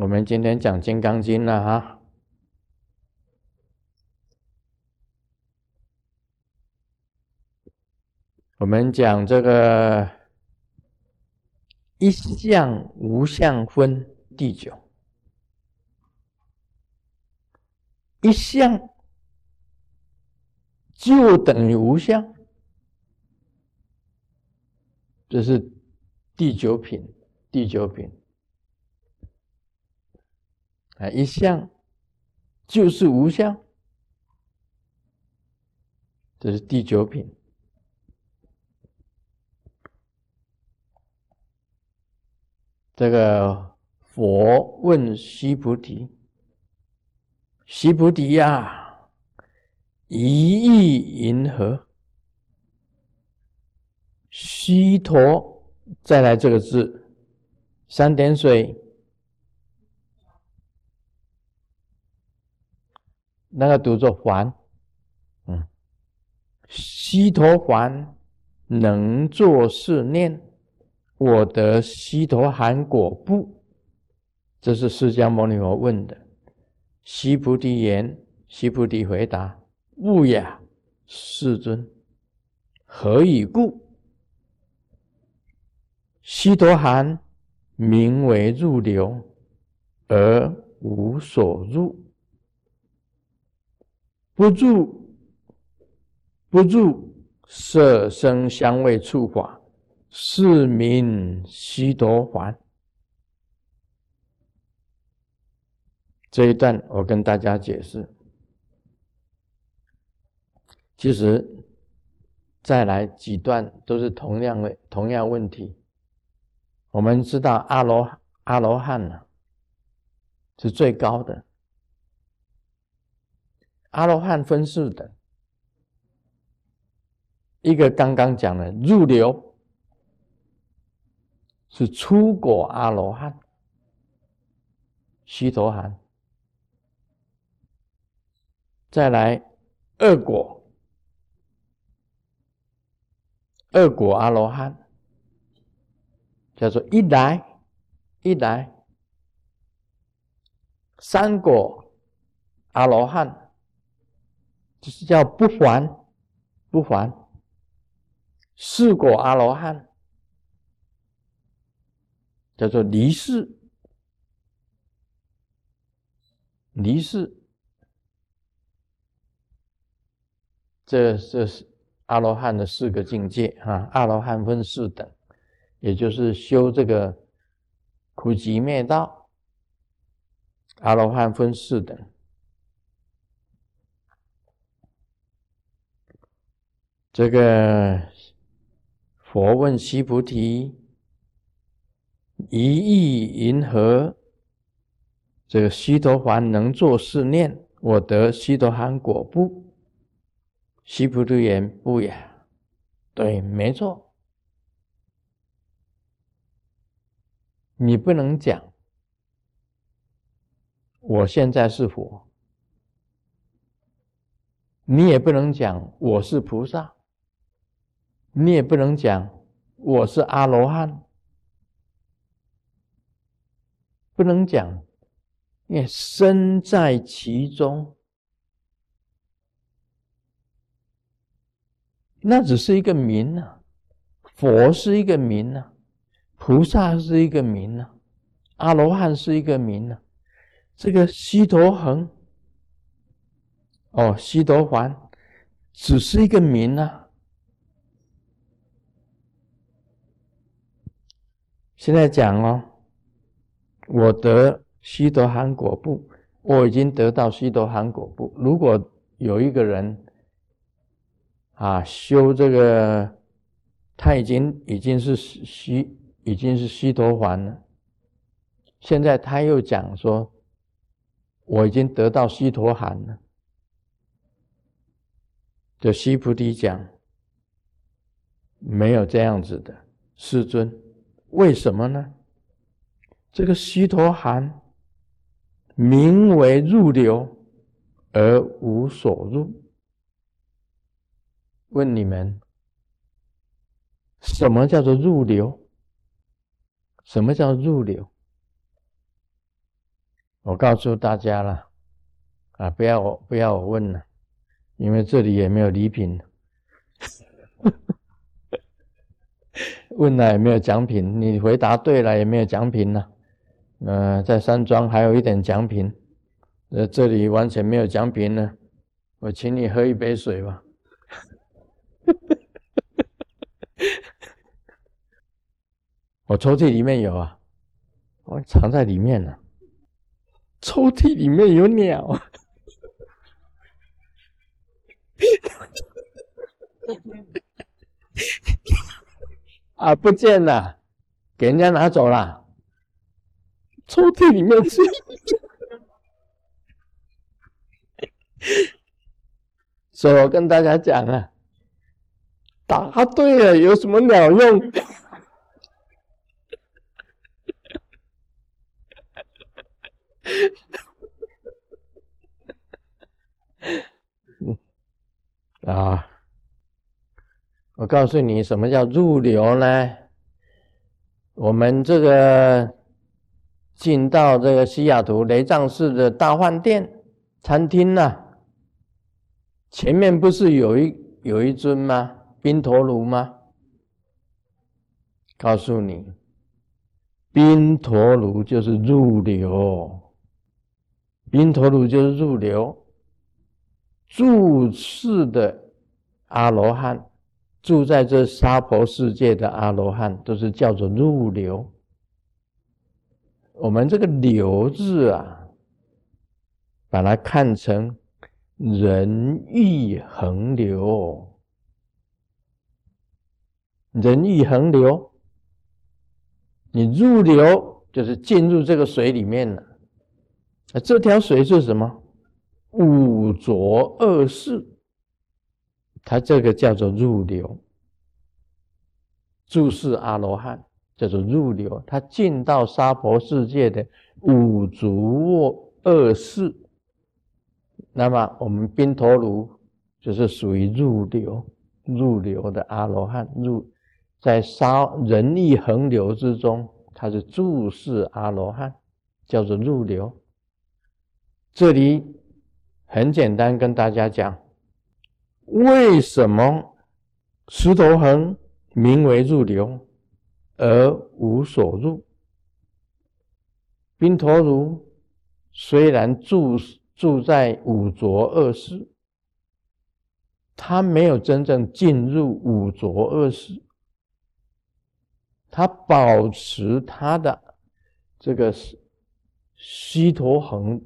我们今天讲《金刚经》了哈。我们讲这个一相无相分第9。一相就等于无相，这是第9品。一相就是无相，这是第9品。这个佛问须菩提：须菩提呀，一意云何？须陀，再来这个字，3点水，那个读作还。须陀洹能作是念：我得须陀洹果不？这是释迦牟尼佛问的。须菩提言：须菩提回答：不也，世尊。何以故？须陀洹名为入流，而无所入。不入色声香味触法，是名须陀洹。这一段我跟大家解释。其实再来几段都是同样问题。我们知道阿罗汉呢是最高的。阿罗汉分4等，一个刚刚讲的入流，是初果阿罗汉，须陀洹。再来二果阿罗汉，叫做一来。3果阿罗汉，就是叫不还。4果阿罗汉，叫做离世。这是阿罗汉的4个境界啊。阿罗汉分4等，也就是修这个苦集灭道，阿罗汉分4等。这个佛问须菩提：一意云何？这个须陀洹能作是念：我得须陀洹果不？须菩提言：不也。对，没错。你不能讲我现在是佛，你也不能讲我是菩萨，你也不能讲我是阿罗汉，不能讲，因为身在其中，那只是一个名啊。佛是一个名啊，菩萨是一个名啊，阿罗汉是一个名啊。这个须陀洹须陀洹只是一个名啊。现在讲我得须陀洹果不？我已经得到须陀洹果不？如果有一个人修这个，他已经是须陀洹了，现在他又讲说我已经得到须陀洹了，就须菩提讲没有这样子的，世尊。为什么呢？这个须陀洹名为入流，而无所入。问你们，什么叫做入流？什么叫入流？ 我告诉大家了啊，不要我问了，因为这里也没有礼品，问了也没有奖品，你回答对了也没有奖品了。在山庄还有一点奖品，这里完全没有奖品了，我请你喝一杯水吧。我抽屉里面有啊，我藏在里面了。抽屉里面有鸟。啊，不见了，给人家拿走了。抽屉里面是，所以我跟大家讲啊，答对了有什么鸟用？啊，我告诉你什么叫入流呢？我们这个进到这个西雅图雷藏寺的大饭店餐厅啊，前面不是有一尊吗？宾陀卢吗？告诉你，宾陀卢就是入流，宾陀卢就是入流。住世的阿罗汉，住在这娑婆世界的阿罗汉，都是叫做入流。我们这个流字啊，把它看成人欲横流，人欲横流，你入流就是进入这个水里面了。这条水是什么？五浊恶世，它这个叫做入流。住世阿罗汉叫做入流，他进到娑婆世界的五浊恶世。那么我们宾陀卢就是属于入流的阿罗汉，在人力横流之中，他是住世阿罗汉，叫做入流。这里很简单跟大家讲，为什么石头恒名为入流而无所入？宾陀卢虽然住在五浊恶世，他没有真正进入五浊恶世，他保持他的这个须陀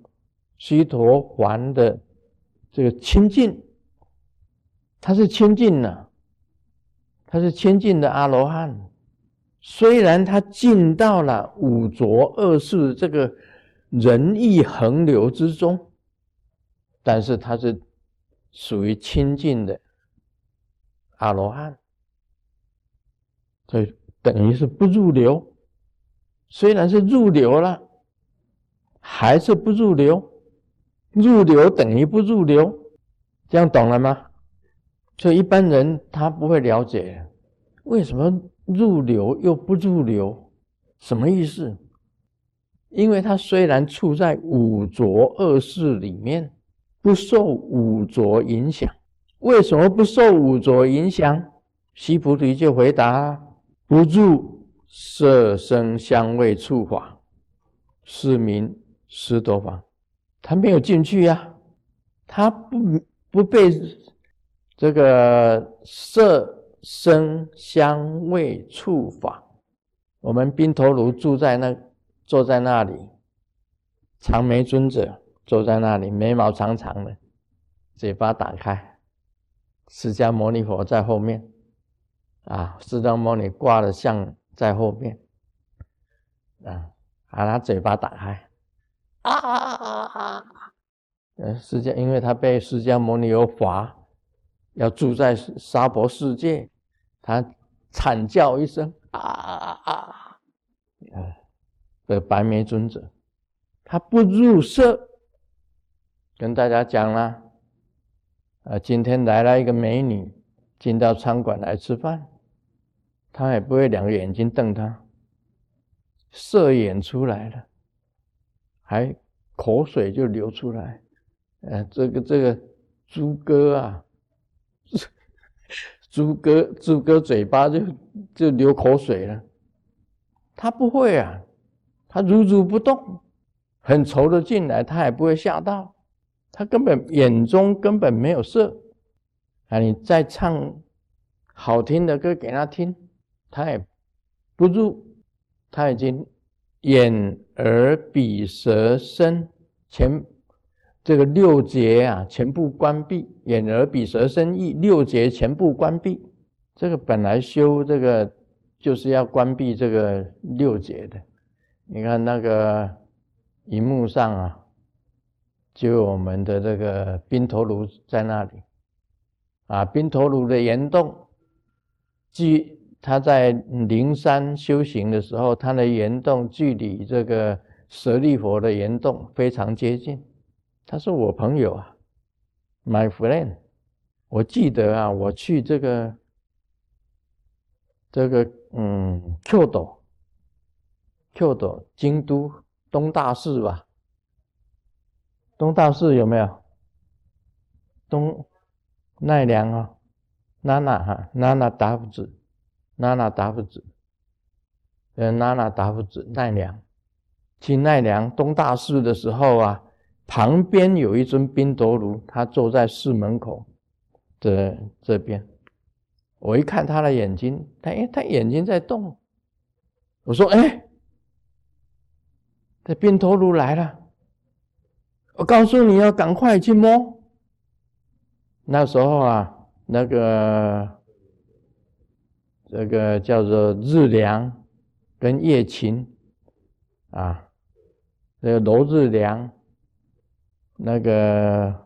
洹的这个清净，他是清净的，他是清净的阿罗汉。虽然他进到了五浊恶世这个人欲横流之中，但是他是属于清净的阿罗汉，所以等于是不入流。虽然是入流了，还是不入流。入流等于不入流，这样懂了吗？所以一般人他不会了解，为什么入流又不入流？什么意思？因为他虽然处在五浊恶世里面，不受五浊影响。为什么不受五浊影响？须菩提就回答：不入色声香味触法，是名斯多法。他没有进去啊，他不被这个色声香味触法。我们宾陀卢坐在那里，长眉尊者坐在那里，眉毛长长的，嘴巴打开，释迦牟尼佛在后面啊，释迦牟尼挂的像在后面啊，他嘴巴打开因为他被释迦牟尼有法，要住在娑婆世界，他惨叫一声的白眉尊者，他不入色，跟大家讲了今天来了一个美女，进到餐馆来吃饭，他也不会两个眼睛瞪他，色眼出来了，还口水就流出来。这个猪哥啊，猪哥嘴巴就流口水了。他不会啊，他如不动，很稠的进来，他也不会吓到，他根本眼中根本没有色。你再唱好听的歌给他听，他也不入，他已经眼耳鼻舌身这个六节啊全部关闭，眼耳鼻舌身意六节全部关闭。这个本来修这个就是要关闭这个六节的。你看那个荧幕上啊，就有我们的这个宾头卢在那里啊。宾头卢的岩洞，他在灵山修行的时候，他的岩洞距离这个舍利佛的岩洞非常接近。他是我朋友啊 ，my friend。我记得啊，我去这个Kyoto 京都东大寺吧，东大寺有没有？奈良啊，娜娜达夫子奈良。去奈良东大寺的时候啊，旁边有一尊宾陀卢，他坐在寺门口的这边。我一看他的眼睛，他眼睛在动。我说：“这宾陀卢来了，我告诉你要赶快去摸。”那时候啊，这个叫做日良跟叶琴啊，这个罗日良，那个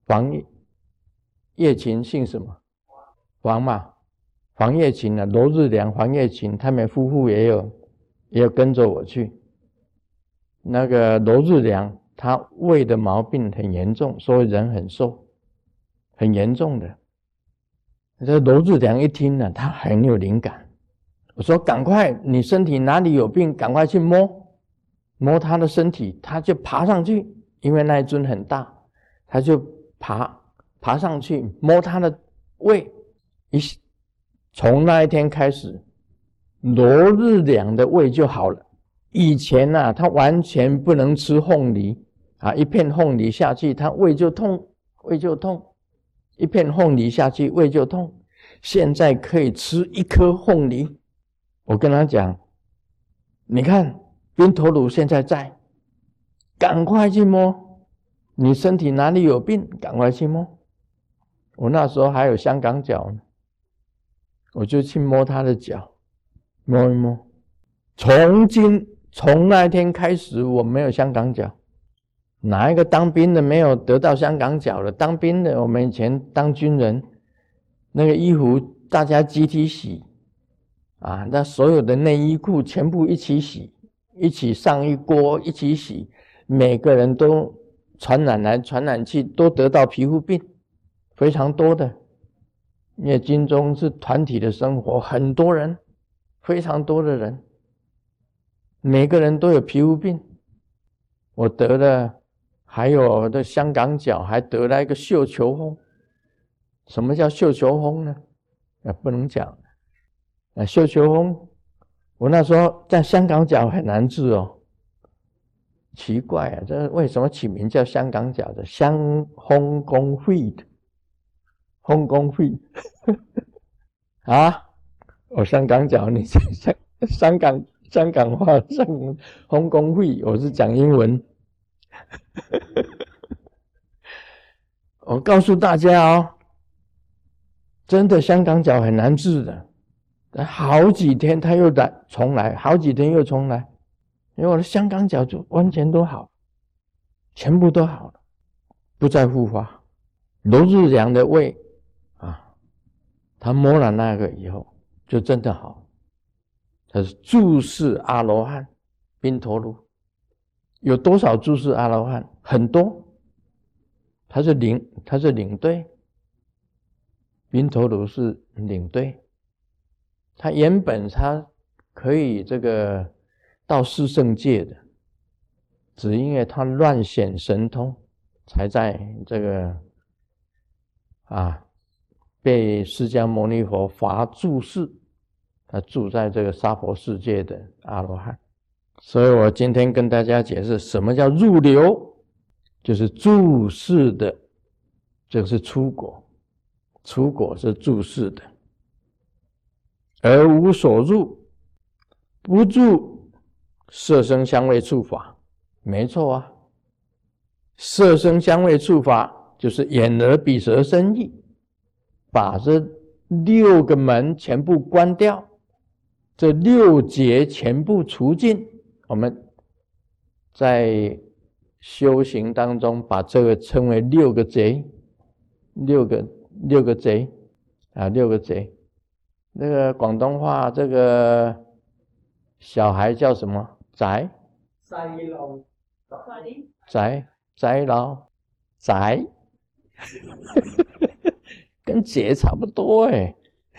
叶琴姓什么？黄嘛，黄叶琴啊，罗日良、黄叶琴，他们夫妇也有跟着我去。那个罗日良，他胃的毛病很严重，所以人很瘦，很严重的。这罗日良一听呢，他很有灵感。我说：“赶快，你身体哪里有病，赶快去摸他的身体。”他就爬上去，因为那一尊很大，他就爬上去摸他的胃。从那一天开始，罗日良的胃就好了。以前啊，他完全不能吃凤梨啊，一片凤梨下去，他胃就痛。一片凤梨下去，胃就痛。现在可以吃一颗凤梨。我跟他讲，你看宾陀卢现在在，赶快去摸，你身体哪里有病，赶快去摸。我那时候还有香港脚呢，我就去摸他的脚，摸一摸。从那一天开始，我没有香港脚。哪一个当兵的没有得到香港脚的？当兵的，我们以前当军人，那个衣服大家集体洗啊，那所有的内衣裤全部一起洗，一起上一锅一起洗，每个人都传染来传染去，都得到皮肤病，非常多的。因为军中是团体的生活，很多人，非常多的人，每个人都有皮肤病。我得了。还有我的香港脚，还得了一个绣球风。什么叫绣球风呢？不能讲。绣球风，我那时候在香港脚很难治哦。奇怪啊，这为什么起名叫香港脚的？香港肺啊！我香港脚，你香港话香港肺，我是讲英文。我告诉大家哦，真的香港脚很难治的，好几天他又重来，好几天又重来，因为我的香港脚就完全都好，全部都好了，不再复发。罗日良的胃啊，他摸了那个以后就真的好。他是住世阿罗汉宾陀卢，有多少住世阿罗汉？很多。他是领队，宾陀卢是领队。他原本他可以这个到四圣界的， 只因为他乱显神通，才在这个被释迦牟尼佛罚住世，他住在这个娑婆世界的阿罗汉。所以我今天跟大家解释什么叫入流，就是住世的，这个是出果，出果是住世的，而无所入，不住色声香味触法，没错啊，色声香味触法就是眼耳鼻舌身意，把这6个门全部关掉，这6劫全部除尽。我们在修行当中把这个称为6个贼，6个贼，6个贼。那个广东话这个小孩叫什么？宅佬，宅跟劫差不多哎。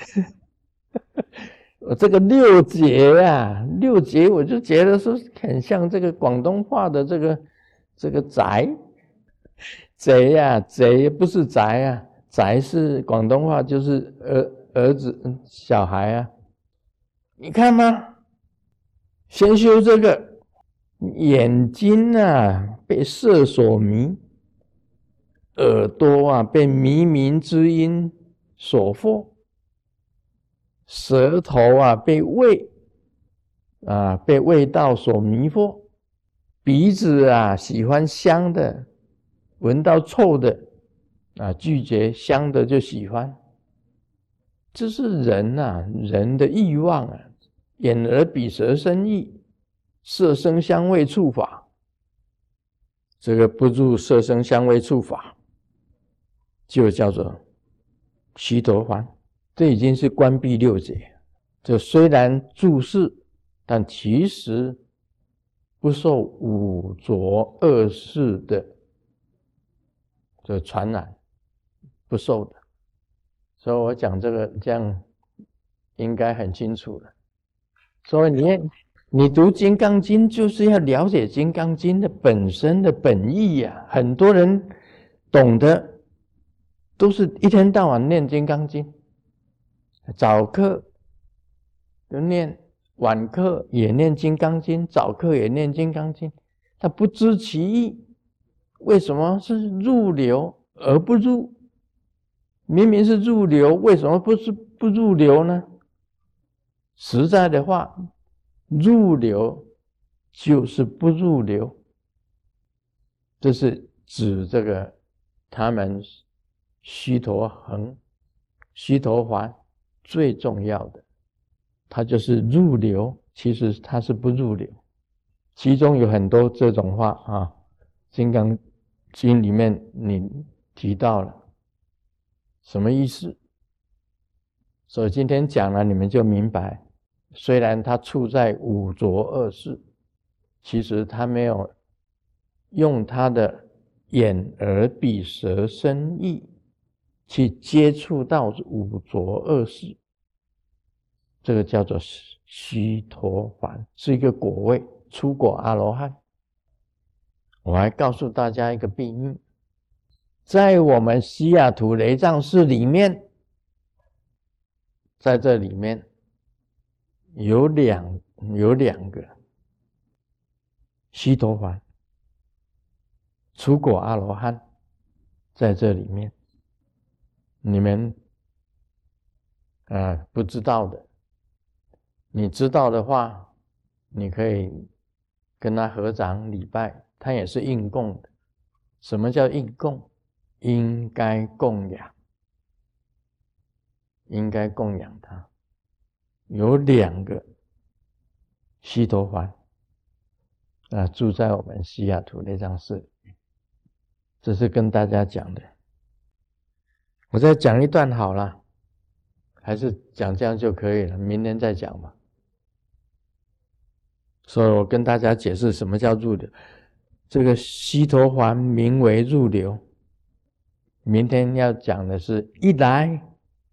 这个6劫6劫我就觉得是很像这个广东话的这个宅贼贼不是宅宅是广东话，就是儿子小孩你看吗？先修这个眼睛被色所迷，耳朵被靡靡之音所惑，舌头被味道所迷惑，鼻子喜欢香的，闻到臭的拒绝香的就喜欢。这是人人的欲望眼耳鼻舌身意，色声香味触法，这个不入色声香味触法，就叫做须陀洹。这已经是关闭6劫，这虽然住世，但其实不受五浊恶世的这传染，不受的。所以我讲这个这样应该很清楚了。所以你读《金刚经》就是要了解《金刚经》的本身的本意很多人懂得都是一天到晚念《金刚经》，早课就念，晚课也念《金刚经》，早课也念《金刚经》，他不知其意，为什么是入流而不入？明明是入流，为什么不入流呢？实在的话，入流就是不入流，这是指这个他们须陀洹最重要的，它就是入流，其实它是不入流。其中有很多这种话金刚经里面你提到了什么意思？所以今天讲了，你们就明白，虽然他处在五浊恶世，其实他没有用他的眼耳鼻舌身意去接触到五浊恶世，这个叫做须陀洹，是一个果位，初果阿罗汉。我还告诉大家一个秘密，在我们西雅图雷藏寺里面，在这里面有两个须陀洹，初果阿罗汉，在这里面，你们不知道的，你知道的话，你可以跟他合掌礼拜，他也是应供的。什么叫应供？应该供养，应该供养他。有2个须陀洹住在我们西雅图雷藏寺里面，这是跟大家讲的。我再讲一段好了，还是讲这样就可以了，明天再讲吧。所以我跟大家解释什么叫入流。这个须陀洹名为入流，明天要讲的是一来。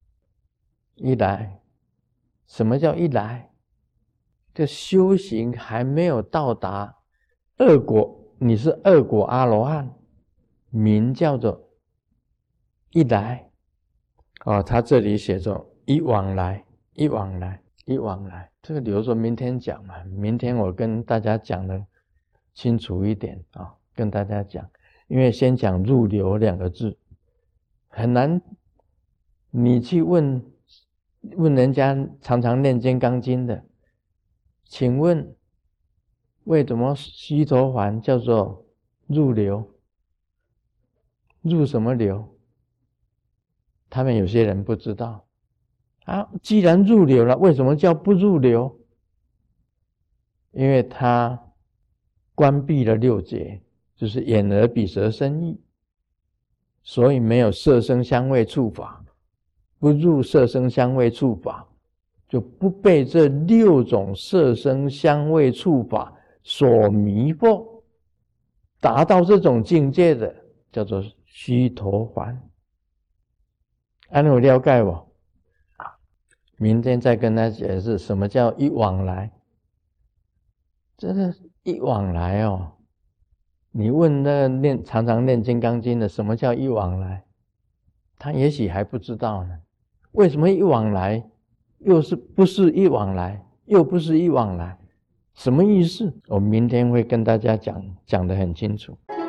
什么叫一来？这修行还没有到达恶果你是二果阿罗汉，名叫做一来。他这里写着一往来，一往来，一往来。这个留着明天讲嘛，明天我跟大家讲的清楚一点跟大家讲。因为先讲入流两个字很难，你去问人家常常念金刚经的，请问为什么须陀洹叫做入流？入什么流？他们有些人不知道既然入流了，为什么叫不入流？因为他关闭了六劫，就是眼耳鼻舌身意，所以没有色声香味触法，不入色声香味触法，就不被这六种色声香味触法所迷惑，达到这种境界的叫做须陀洹。有了解不？明天再跟他解释什么叫一往来。这个一往来你问那常常念金刚经的什么叫一往来，他也许还不知道呢。为什么一往来又是不是一往来，又不是一往来，什么意思？我明天会跟大家讲得很清楚。